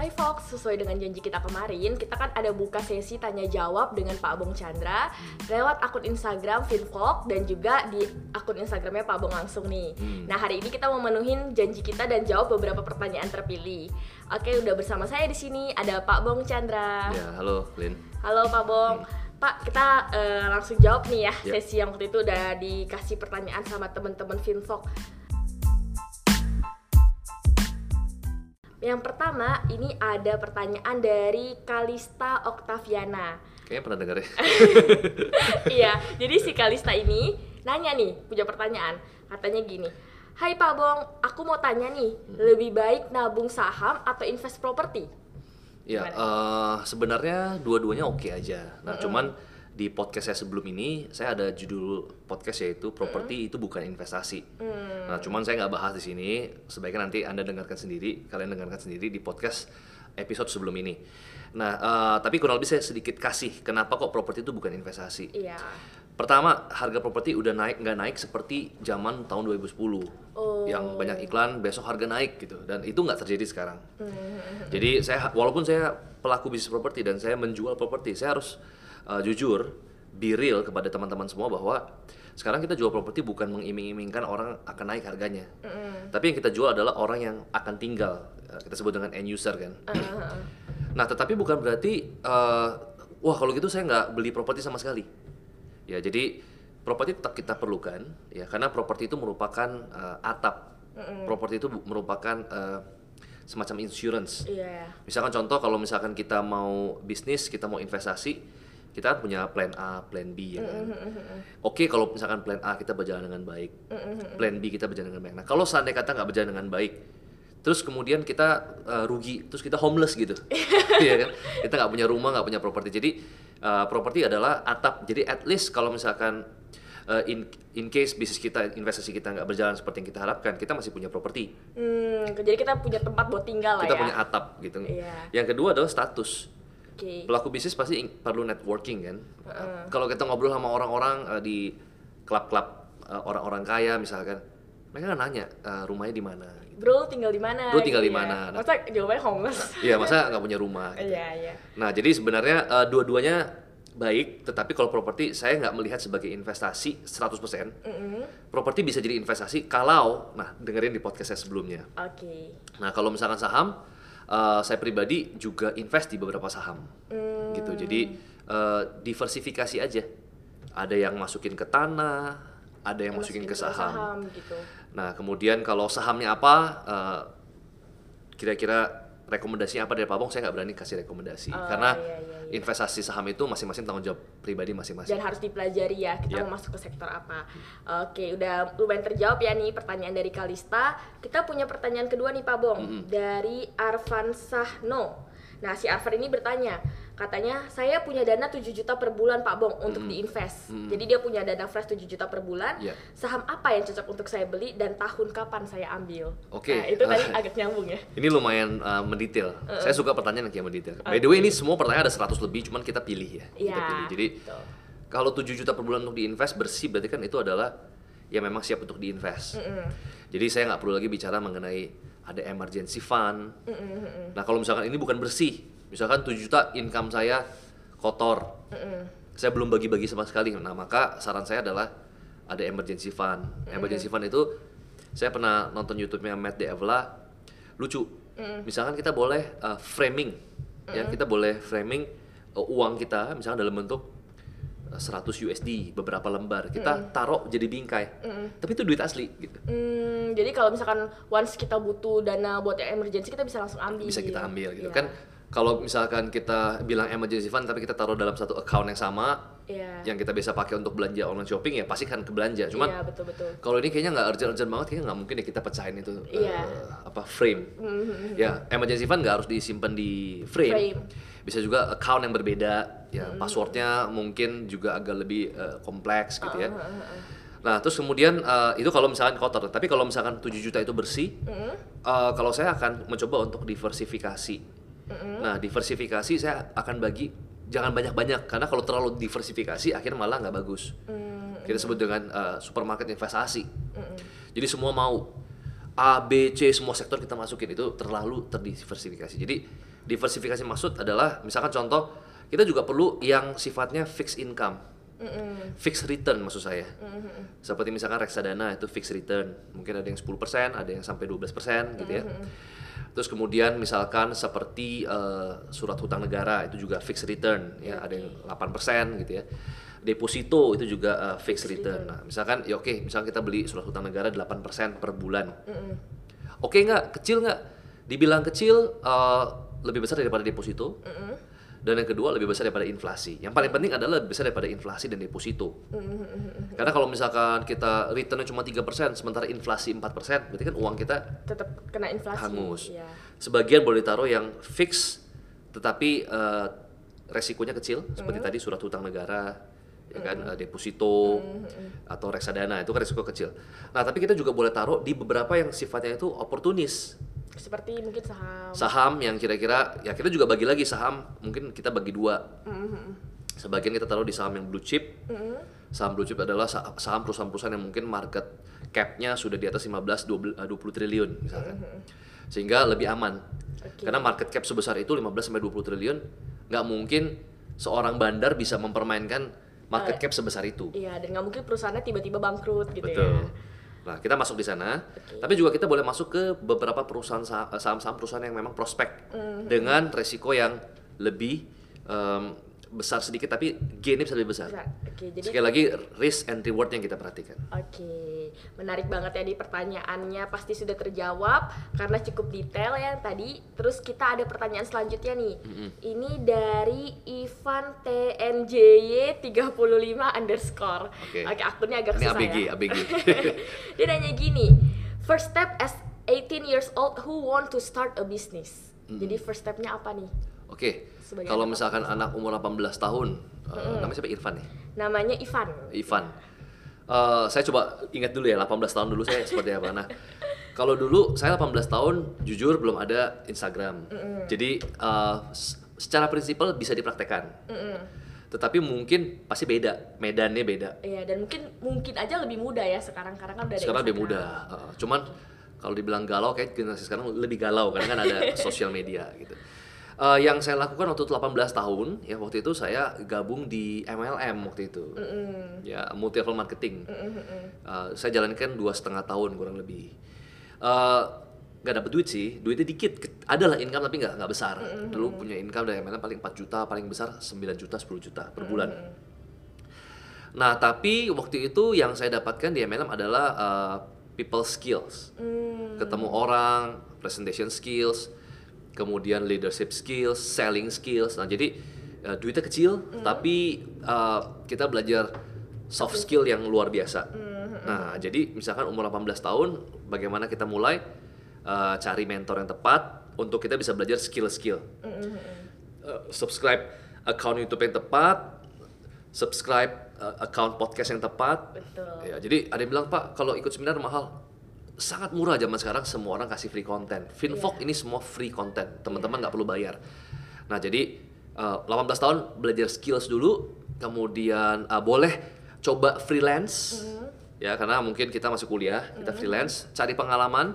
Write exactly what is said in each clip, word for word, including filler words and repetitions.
Hai Fox, sesuai dengan janji kita kemarin, kita kan ada buka sesi tanya jawab dengan Pak Abong Chandra lewat akun Instagram Finfox dan juga di akun Instagramnya Pak Abong langsung nih. Hmm. Nah hari ini kita mau memenuhin janji kita dan jawab beberapa pertanyaan terpilih. Oke, udah bersama saya di sini ada Pak Abong Chandra. Ya, halo Lin. Halo Pak Abong. Hmm. Pak, kita uh, langsung jawab nih ya. Yep. Sesi yang waktu itu udah dikasih pertanyaan sama teman-teman Finfox. Yang pertama, ini ada pertanyaan dari Kalista Oktaviana. Kayaknya pernah dengar ya. Iya, jadi si Kalista ini nanya nih, punya pertanyaan. Katanya gini, hai Pak Bong, aku mau tanya nih, hmm. lebih baik nabung saham atau invest properti? Ya, uh, sebenarnya dua-duanya oke aja. Nah, mm-hmm. cuman di podcast saya sebelum ini, saya ada judul podcast yaitu properti mm. itu bukan investasi. Mm. Nah, cuman saya nggak bahas di sini. Sebaiknya nanti Anda dengarkan sendiri, kalian dengarkan sendiri di podcast episode sebelum ini. Nah, uh, tapi kurang lebih saya sedikit kasih kenapa kok properti itu bukan investasi. Iya. Pertama, harga properti udah naik nggak naik seperti zaman tahun dua ribu sepuluh. Oh. Yang banyak iklan, besok harga naik gitu. Dan itu nggak terjadi sekarang. Mm. Jadi saya, walaupun saya pelaku bisnis properti dan saya menjual properti, saya harus Uh, jujur, be real kepada teman-teman semua bahwa sekarang kita jual properti bukan mengiming-imingkan orang akan naik harganya. Mm-hmm. Tapi yang kita jual adalah orang yang akan tinggal. Uh, kita sebut dengan end user kan. Uh-huh. Nah, tetapi bukan berarti uh, wah kalau gitu saya nggak beli properti sama sekali. Ya, jadi properti tetap kita perlukan ya karena properti itu merupakan uh, atap. Mm-hmm. Properti itu merupakan uh, semacam insurance. Yeah. Misalkan contoh kalau misalkan kita mau bisnis, kita mau investasi, kita kan punya plan A, plan B ya kan. Mm-hmm. Oke, kalau misalkan plan A kita berjalan dengan baik, mm-hmm. plan B kita berjalan dengan baik. Nah, kalau seandainya kata nggak berjalan dengan baik, terus kemudian kita uh, rugi, terus kita homeless gitu, ya kan? Kita nggak punya rumah, nggak punya properti. Jadi uh, properti adalah atap. Jadi at least kalau misalkan uh, in in case bisnis kita, investasi kita nggak berjalan seperti yang kita harapkan, kita masih punya properti. Hmm, jadi kita punya tempat buat tinggal lah kita ya. Kita punya atap gitu. Yeah. Yang kedua adalah status. Okay. Pelaku bisnis pasti ing- perlu networking kan. Uh. Kalau kita ngobrol sama orang-orang uh, di klub-klub uh, orang-orang kaya misalkan, mereka kan nanya uh, rumahnya di mana. Gitu. Bro tinggal di mana? Bro tinggal gitu di mana? Ya. Nah, masa jawabannya homeless? Iya, masa nggak punya rumah. Gitu. Iya iya. Nah jadi sebenarnya uh, dua-duanya baik, tetapi kalau properti saya nggak melihat sebagai investasi seratus persen. Mm-hmm. Properti bisa jadi investasi kalau, nah dengerin di podcast saya sebelumnya. Oke. Okay. Nah kalau misalkan saham, Uh, saya pribadi juga invest di beberapa saham, mm. gitu. Jadi uh, diversifikasi aja. Ada yang masukin ke tanah, ada yang, yang masukin, masukin ke saham. saham gitu. Nah kemudian kalau sahamnya apa, uh, kira-kira rekomendasinya apa dari Pak Bong? Saya nggak berani kasih rekomendasi oh, karena iya, iya, iya. investasi saham itu masing-masing tanggung jawab pribadi masing-masing. Dan harus dipelajari ya kita yep. mau masuk ke sektor apa. Oke, udah lumayan terjawab ya nih pertanyaan dari Kalista. Kita punya pertanyaan kedua nih Pak Bong, mm-hmm. dari Arvan Sahno. Nah si Arvan ini bertanya, katanya saya punya dana tujuh juta per bulan Pak Bong untuk mm-hmm. diinvest. Mm-hmm. Jadi dia punya dana fresh tujuh juta per bulan. Yeah. Saham apa yang cocok untuk saya beli dan tahun kapan saya ambil? Oke. Okay. Nah, itu tadi uh, agak nyambung ya. Ini lumayan uh, mendetail. Uh-uh. Saya suka pertanyaan yang mendetail. Okay. By the way ini semua pertanyaan ada seratus lebih, cuman kita pilih ya. Yeah, kita pilih. Jadi betul. Kalau tujuh juta per bulan untuk diinvest bersih berarti kan itu adalah ya memang siap untuk diinvest. Mm-mm. Jadi saya nggak perlu lagi bicara mengenai ada emergency fund. Mm-mm. Nah kalau misalkan ini bukan bersih, misalkan tujuh juta income saya kotor, mm-mm. saya belum bagi-bagi sama sekali. Nah maka saran saya adalah ada emergency fund. Mm-mm. Emergency fund itu saya pernah nonton YouTube-nya Matt D'Avella, lucu. Mm-mm. Misalkan kita boleh uh, framing, mm-mm. ya kita boleh framing uh, uang kita, misalkan dalam bentuk uh, seratus U S D beberapa lembar, kita mm-mm. taruh jadi bingkai, mm-mm. tapi itu duit asli gitu. Mm, jadi kalau misalkan once kita butuh dana buat emergency kita bisa langsung ambil. Bisa kita ambil gitu yeah. kan. Kalau misalkan kita bilang emergency fund tapi kita taruh dalam satu account yang sama, yeah. yang kita bisa pakai untuk belanja online shopping ya pasti kan ke belanja. Cuman yeah, betul, betul. Kalau ini kayaknya nggak urgent-urgent banget, kayaknya nggak mungkin ya kita pecahin itu yeah. uh, apa frame. Mm-hmm. Ya emergency fund nggak harus disimpan di frame. frame. Bisa juga account yang berbeda, ya mm-hmm. passwordnya mungkin juga agak lebih uh, kompleks gitu ya. Uh-huh. Nah terus kemudian uh, itu kalau misalkan kotor, tapi kalau misalkan tujuh juta itu bersih, mm-hmm. uh, kalau saya akan mencoba untuk diversifikasi. Mm-hmm. Nah diversifikasi saya akan bagi jangan banyak-banyak karena kalau terlalu diversifikasi akhirnya malah nggak bagus. Mm-hmm. Kita sebut dengan uh, supermarket investasi. Mm-hmm. Jadi semua mau A, B, C semua sektor kita masukin itu terlalu terdiversifikasi. Jadi Diversifikasi maksud adalah misalkan contoh kita juga perlu yang sifatnya fixed income, mm-hmm. fixed return maksud saya. Mm-hmm. Seperti misalkan reksadana itu fixed return, mungkin ada yang sepuluh persen, ada yang sampai dua belas persen gitu ya. Mm-hmm. Terus kemudian misalkan seperti uh, surat hutang negara itu juga fixed return, ya ada yang delapan persen gitu ya. Deposito itu juga uh, fixed return. Nah, misalkan ya oke, misalkan kita beli surat hutang negara delapan persen per bulan. Mm-hmm. Oke nggak? Kecil nggak? Dibilang kecil uh, lebih besar daripada deposito, mm-hmm. dan yang kedua lebih besar daripada inflasi. Yang paling penting adalah lebih besar daripada inflasi dan deposito. Mm-hmm. Karena kalau misalkan kita returnnya cuma tiga persen, sementara inflasi empat persen, berarti kan uang kita tetap kena inflasi. Hangus. Ya. Sebagian boleh ditaruh yang fix, tetapi uh, resikonya kecil, mm-hmm. seperti tadi surat hutang negara, ya kan, mm-hmm. deposito, mm-hmm. atau reksadana, itu kan resiko kecil. Nah, tapi kita juga boleh taruh di beberapa yang sifatnya itu oportunis. Seperti mungkin saham. Saham yang kira-kira, ya kita juga bagi lagi saham, mungkin kita bagi dua. Mm-hmm. Sebagian kita taruh di saham yang blue chip. Mm-hmm. Saham blue chip adalah saham perusahaan-perusahaan yang mungkin market cap-nya sudah di atas lima belas sampai dua puluh triliun misalkan. Mm-hmm. Sehingga lebih aman. Okay. Karena market cap sebesar itu lima belas sampai dua puluh triliun, nggak mungkin seorang bandar bisa mempermainkan market cap sebesar itu. Iya, dan nggak mungkin perusahaannya tiba-tiba bangkrut gitu. Betul. Ya. Nah, kita masuk di sana, okay. tapi juga kita boleh masuk ke beberapa perusahaan saham-saham perusahaan yang memang prospek mm-hmm. dengan resiko yang lebih um, besar sedikit, tapi gainnya bisa lebih besar. Okay, jadi sekali lagi risk and reward yang kita perhatikan. Oke, okay. Menarik banget ya, di pertanyaannya pasti sudah terjawab karena cukup detail ya tadi. Terus kita ada pertanyaan selanjutnya nih. Mm-hmm. Ini dari Ivan T N J Y tiga puluh lima underscore. Oke, okay. okay, akunnya agak ini susah A B G, ya. A B G. Dia nanya gini, first step as eighteen years old who want to start a business. Mm-hmm. Jadi first stepnya apa nih? Oke, okay. Kalau misalkan anak umur delapan belas tahun, mm-hmm. uh, namanya siapa? Irfan ya? Namanya Ivan. Ivan. Uh, saya coba ingat dulu ya, delapan belas tahun dulu saya seperti apa. Nah, kalau dulu saya delapan belas tahun, jujur belum ada Instagram. Mm-hmm. Jadi uh, secara prinsipal bisa dipraktekkan. Mm-hmm. Tetapi mungkin pasti beda, medannya beda. Iya, dan mungkin mungkin aja lebih mudah ya sekarang, karena kan udah ada sekarang Instagram. Lebih mudah. Uh, cuman kalau dibilang galau, kayak generasi sekarang lebih galau karena kan ada sosial media gitu. Uh, yang saya lakukan waktu delapan belas tahun, ya waktu itu saya gabung di M L M waktu itu, mm-hmm. ya multi level marketing. Mm-hmm. Uh, saya jalankan dua setengah tahun kurang lebih. Uh, gak dapet duit sih, duitnya dikit, adalah income tapi nggak nggak besar. Mm-hmm. Dulu punya income dari M L M paling empat juta, paling besar sembilan juta, sepuluh juta per bulan. Mm-hmm. Nah tapi waktu itu yang saya dapatkan di M L M adalah uh, people skills, mm-hmm. ketemu orang, presentation skills, kemudian leadership skills, selling skills. Nah jadi uh, duitnya kecil, mm. tapi uh, kita belajar soft skill yang luar biasa. Mm-hmm. Nah jadi misalkan umur delapan belas tahun, bagaimana kita mulai uh, cari mentor yang tepat untuk kita bisa belajar skill-skill. Mm-hmm. Uh, subscribe account YouTube yang tepat, subscribe uh, account podcast yang tepat. Betul. Ya, jadi ada yang bilang, Pak kalau ikut seminar mahal. Sangat murah zaman sekarang, semua orang kasih free content. Finvoke yeah. ini semua free content, teman-teman nggak yeah. perlu bayar. Nah jadi uh, delapan belas tahun belajar skills dulu, kemudian uh, boleh coba freelance, mm-hmm. ya karena mungkin kita masih kuliah, kita mm-hmm. freelance, cari pengalaman.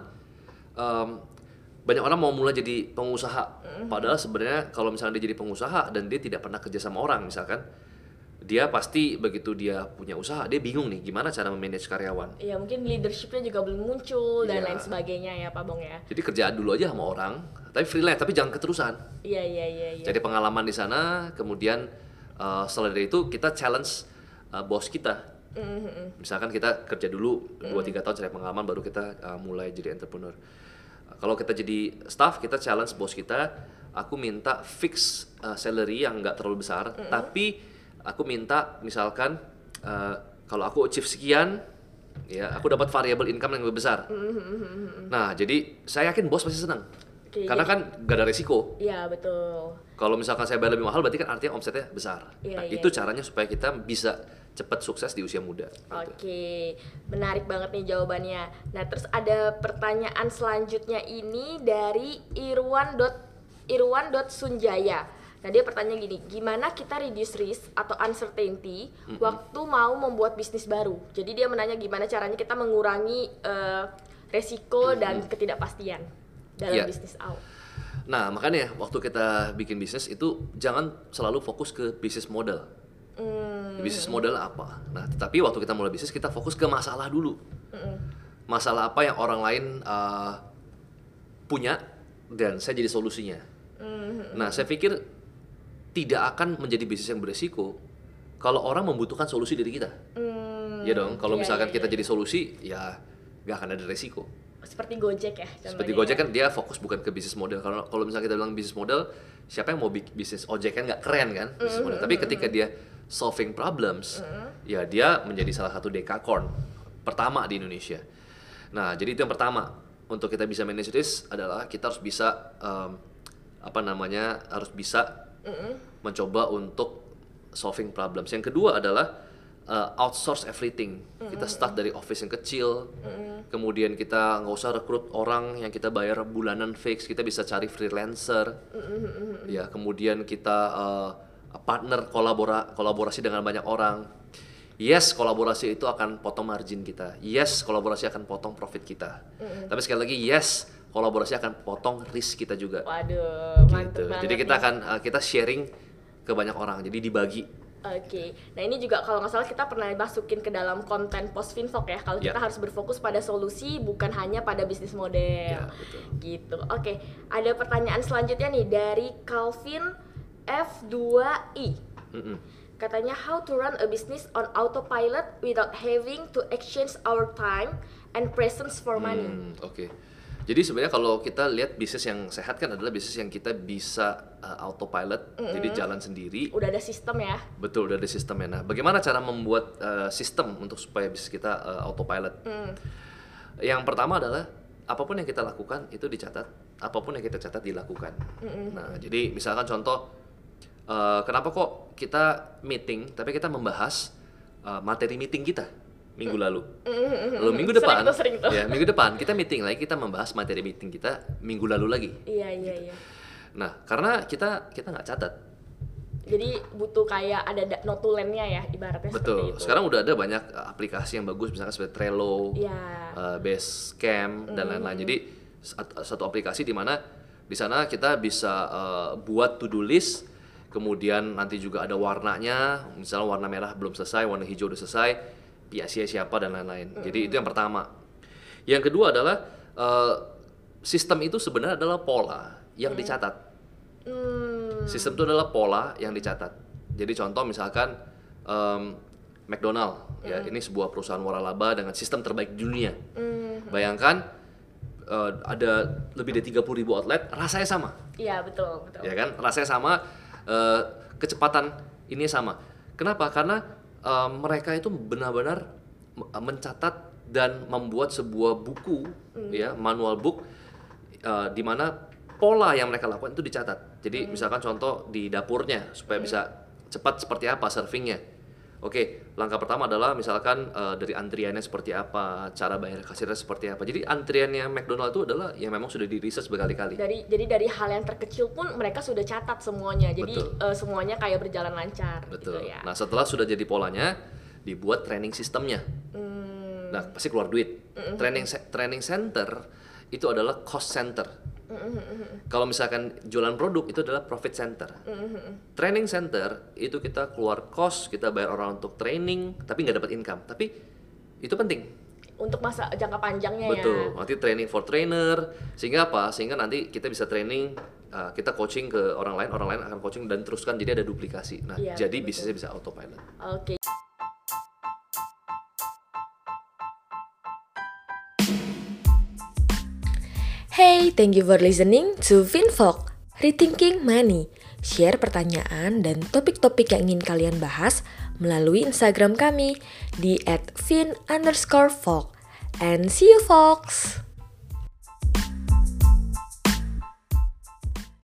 Um, banyak orang mau mulai jadi pengusaha, mm-hmm. padahal sebenarnya kalau misalnya dia jadi pengusaha dan dia tidak pernah kerja sama orang misalkan, dia pasti begitu dia punya usaha, dia bingung nih gimana cara memanage karyawan. Iya, mungkin leadershipnya juga belum muncul dan ya. lain sebagainya ya Pak Bong ya. Jadi kerjaan dulu aja sama orang, tapi freelance, tapi jangan keterusan. Iya, iya, iya. Ya. Jadi pengalaman di sana, kemudian uh, setelah dari itu kita challenge uh, bos kita. Mm-hmm. Misalkan kita kerja dulu dua tiga tahun cari pengalaman, baru kita uh, mulai jadi entrepreneur. Uh, kalau kita jadi staff, kita challenge bos kita, aku minta fix uh, salary yang nggak terlalu besar, mm-hmm. tapi aku minta misalkan uh, kalau aku achieve sekian, ya aku dapat variable income yang lebih besar. Mm-hmm. Nah jadi saya yakin bos pasti senang, okay, karena jadi, kan gak ada resiko. Iya betul. Kalau misalkan saya bayar lebih mahal, berarti kan artinya omsetnya besar. Ya, nah ya, itu ya. Caranya supaya kita bisa cepat sukses di usia muda. Oke, okay. Menarik banget nih jawabannya. Nah terus ada pertanyaan selanjutnya ini dari Irwan dot Irwan dot Sunjaya. Nah dia pertanyaan gini, gimana kita reduce risk atau uncertainty mm-hmm. waktu mau membuat bisnis baru? Jadi dia menanya gimana caranya kita mengurangi uh, resiko mm-hmm. dan ketidakpastian dalam yeah. bisnis awal. Nah, makanya waktu kita bikin bisnis itu jangan selalu fokus ke bisnis model. Hmm. Bisnis model apa? Nah, tetapi waktu kita mulai bisnis kita fokus ke masalah dulu. Hmm. Masalah apa yang orang lain uh, punya dan saya jadi solusinya. Hmm. Nah, saya pikir tidak akan menjadi bisnis yang beresiko kalau orang membutuhkan solusi dari kita. Hmm. Ya dong, kalau yeah, misalkan yeah, kita yeah. jadi solusi, ya nggak akan ada resiko. Seperti Gojek ya. Seperti Gojek kan dia fokus bukan ke bisnis model. Kalau kalau misalnya kita bilang bisnis model, siapa yang mau bikin bisnis ojek kan nggak keren kan bisnis mm-hmm. model. Tapi ketika dia solving problems, mm-hmm. ya dia menjadi salah satu dekakorn pertama di Indonesia. Nah, jadi itu yang pertama untuk kita bisa manage this adalah kita harus bisa um, apa namanya harus bisa mm-hmm. mencoba untuk solving problems. Yang kedua adalah uh, outsource everything. Mm-hmm. Kita start dari office yang kecil. Mm-hmm. Kemudian kita nggak usah rekrut orang yang kita bayar bulanan fix, kita bisa cari freelancer, mm-hmm. ya. Kemudian kita uh, partner kolabora kolaborasi dengan banyak orang. Yes, kolaborasi itu akan potong margin kita. Yes, kolaborasi akan potong profit kita. Mm-hmm. Tapi sekali lagi, yes, kolaborasi akan potong risk kita juga. Waduh, mantap gitu. banget. Jadi kita ya. akan uh, kita sharing ke banyak orang. Jadi dibagi. Oke, okay. Nah ini juga kalau nggak salah kita pernah masukin ke dalam konten post Finvok ya. Kalau kita yeah. harus berfokus pada solusi bukan hanya pada bisnis model, yeah, betul. Gitu. Oke, okay. Ada pertanyaan selanjutnya nih dari Calvin F dua I. Mm-mm. Katanya how to run a business on autopilot without having to exchange our time and presence for money. Hmm, Oke. Okay. Jadi sebenarnya kalau kita lihat bisnis yang sehat kan adalah bisnis yang kita bisa uh, autopilot, mm-hmm. jadi jalan sendiri. Udah ada sistem ya? Betul, udah ada sistemnya. Nah, bagaimana cara membuat uh, sistem untuk supaya bisnis kita uh, autopilot? Mm. Yang pertama adalah apapun yang kita lakukan itu dicatat, apapun yang kita catat dilakukan. Mm-hmm. Nah, jadi misalkan contoh, uh, kenapa kok kita meeting, tapi kita membahas uh, materi meeting kita minggu lalu. Lalu minggu depan, sering tuh, sering tuh. ya minggu depan kita meeting lagi, kita membahas materi meeting kita minggu lalu lagi. Iya iya gitu. iya. Nah, karena kita kita nggak catat. Jadi butuh kayak ada notulennya ya ibaratnya. Betul. Seperti itu. Sekarang udah ada banyak aplikasi yang bagus, misalkan seperti Trello, ya. uh, Basecamp dan lain-lain. Jadi satu aplikasi di mana di sana kita bisa uh, buat to-do list. Kemudian nanti juga ada warnanya, misalnya warna merah belum selesai, warna hijau udah selesai. Pihak siapa dan lain-lain. Mm-hmm. Jadi itu yang pertama. Yang kedua adalah uh, sistem itu sebenarnya adalah pola yang mm. dicatat. Mm. Sistem itu adalah pola yang dicatat. Jadi contoh misalkan um, McDonald, mm. ya ini sebuah perusahaan waralaba dengan sistem terbaik di dunia. Mm. Bayangkan uh, ada lebih dari tiga puluh ribu outlet, rasanya sama. Iya betul betul. Ya kan, rasanya sama, uh, kecepatan ini sama. Kenapa? Karena Uh, mereka itu benar-benar mencatat dan membuat sebuah buku, mm. ya manual book, uh, di mana pola yang mereka lakukan itu dicatat. Jadi mm. misalkan contoh di dapurnya supaya mm. bisa cepat seperti apa servingnya. Oke, langkah pertama adalah misalkan uh, dari antriannya seperti apa, cara bayar kasirnya seperti apa. Jadi antriannya McDonald itu adalah yang memang sudah di research berkali-kali. Dari jadi dari hal yang terkecil pun mereka sudah catat semuanya. Jadi uh, semuanya kayak berjalan lancar. Betul. Gitu ya. Nah setelah sudah jadi polanya, dibuat training sistemnya. Hmm. Nah pasti keluar duit. Mm-hmm. Training training center itu adalah cost center. Mm-hmm. Kalau misalkan jualan produk itu adalah profit center. Mm-hmm. Training center itu kita keluar cost, kita bayar orang untuk training, tapi nggak dapat income. Tapi itu penting. Untuk masa jangka panjangnya. Betul. Ya. Nanti training for trainer, sehingga apa? Sehingga nanti kita bisa training, uh, kita coaching ke orang lain, orang lain akan coaching dan teruskan. Jadi ada duplikasi. Nah, ya, jadi betul. Bisnisnya bisa autopilot. Oke. Okay. Hey, thank you for listening to Finvok, Rethinking Money. Share pertanyaan dan topik-topik yang ingin kalian bahas melalui Instagram kami di at fin underscore vok. And see you folks!